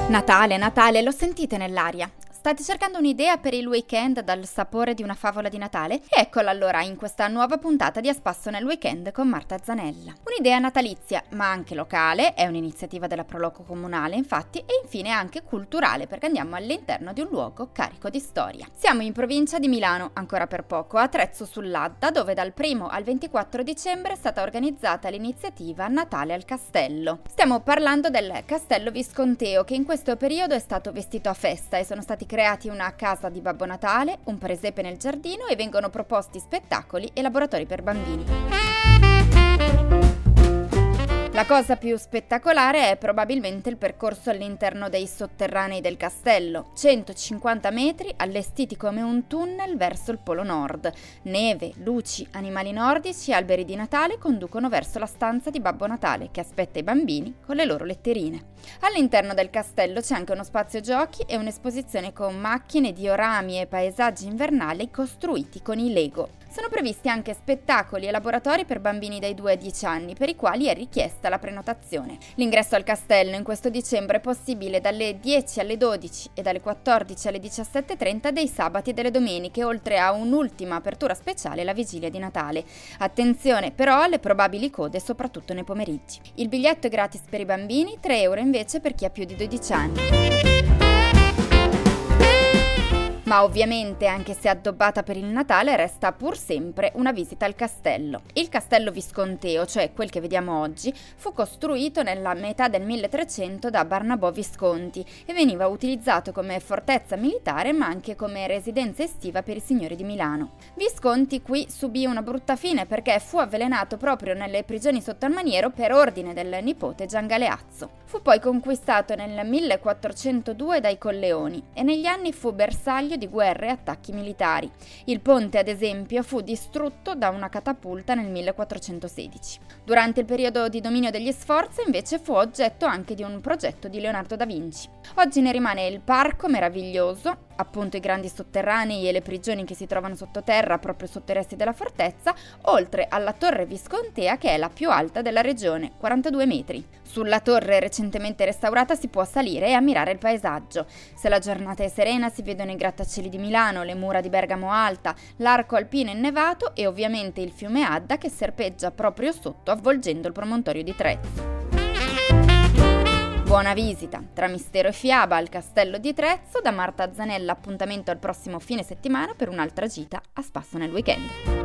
Natale, Natale, lo sentite nell'aria? State cercando un'idea per il weekend dal sapore di una favola di Natale? Eccola allora in questa nuova puntata di A Spasso nel Weekend con Marta Zanella. Un'idea natalizia, ma anche locale, è un'iniziativa della Proloco Comunale infatti, e infine anche culturale perché andiamo all'interno di un luogo carico di storia. Siamo in provincia di Milano, ancora per poco, a Trezzo sull'Adda, dove dal 1 al 24 dicembre è stata organizzata l'iniziativa Natale al Castello. Stiamo parlando del Castello Visconteo, che in questo periodo è stato vestito a festa e sono stati creati una casa di Babbo Natale, un presepe nel giardino e vengono proposti spettacoli e laboratori per bambini. La cosa più spettacolare è probabilmente il percorso all'interno dei sotterranei del castello, 150 metri allestiti come un tunnel verso il polo nord. Neve, luci, animali nordici e alberi di Natale conducono verso la stanza di Babbo Natale che aspetta i bambini con le loro letterine. All'interno del castello c'è anche uno spazio giochi e un'esposizione con macchine, diorami e paesaggi invernali costruiti con i Lego. Sono previsti anche spettacoli e laboratori per bambini dai 2 ai 10 anni, per i quali è richiesta la prenotazione. L'ingresso al castello in questo dicembre è possibile dalle 10 alle 12 e dalle 14 alle 17:30 dei sabati e delle domeniche, oltre a un'ultima apertura speciale la vigilia di Natale. Attenzione però alle probabili code, soprattutto nei pomeriggi. Il biglietto è gratis per i bambini, 3 euro invece per chi ha più di 12 anni. Ma ovviamente, anche se addobbata per il Natale, resta pur sempre una visita al castello. Il castello visconteo, cioè quel che vediamo oggi, fu costruito nella metà del 1300 da Barnabò Visconti e veniva utilizzato come fortezza militare ma anche come residenza estiva per i signori di Milano. Visconti qui subì una brutta fine perché fu avvelenato proprio nelle prigioni sotto al maniero per ordine del nipote Gian Galeazzo. Fu poi conquistato nel 1402 dai Colleoni e negli anni fu bersaglio di guerre e attacchi militari. Il ponte, ad esempio, fu distrutto da una catapulta nel 1416. Durante il periodo di dominio degli Sforza, invece, fu oggetto anche di un progetto di Leonardo da Vinci. Oggi ne rimane il parco meraviglioso, appunto i grandi sotterranei e le prigioni che si trovano sottoterra proprio sotto i resti della fortezza, oltre alla torre viscontea che è la più alta della regione, 42 metri. Sulla torre recentemente restaurata si può salire e ammirare il paesaggio. Se la giornata è serena si vedono i grattacieli di Milano, le mura di Bergamo Alta, l'arco alpino innevato e ovviamente il fiume Adda che serpeggia proprio sotto avvolgendo il promontorio di Trezzo. Buona visita, tra mistero e fiaba, al castello di Trezzo. Da Marta Zanella appuntamento al prossimo fine settimana per un'altra gita a spasso nel weekend.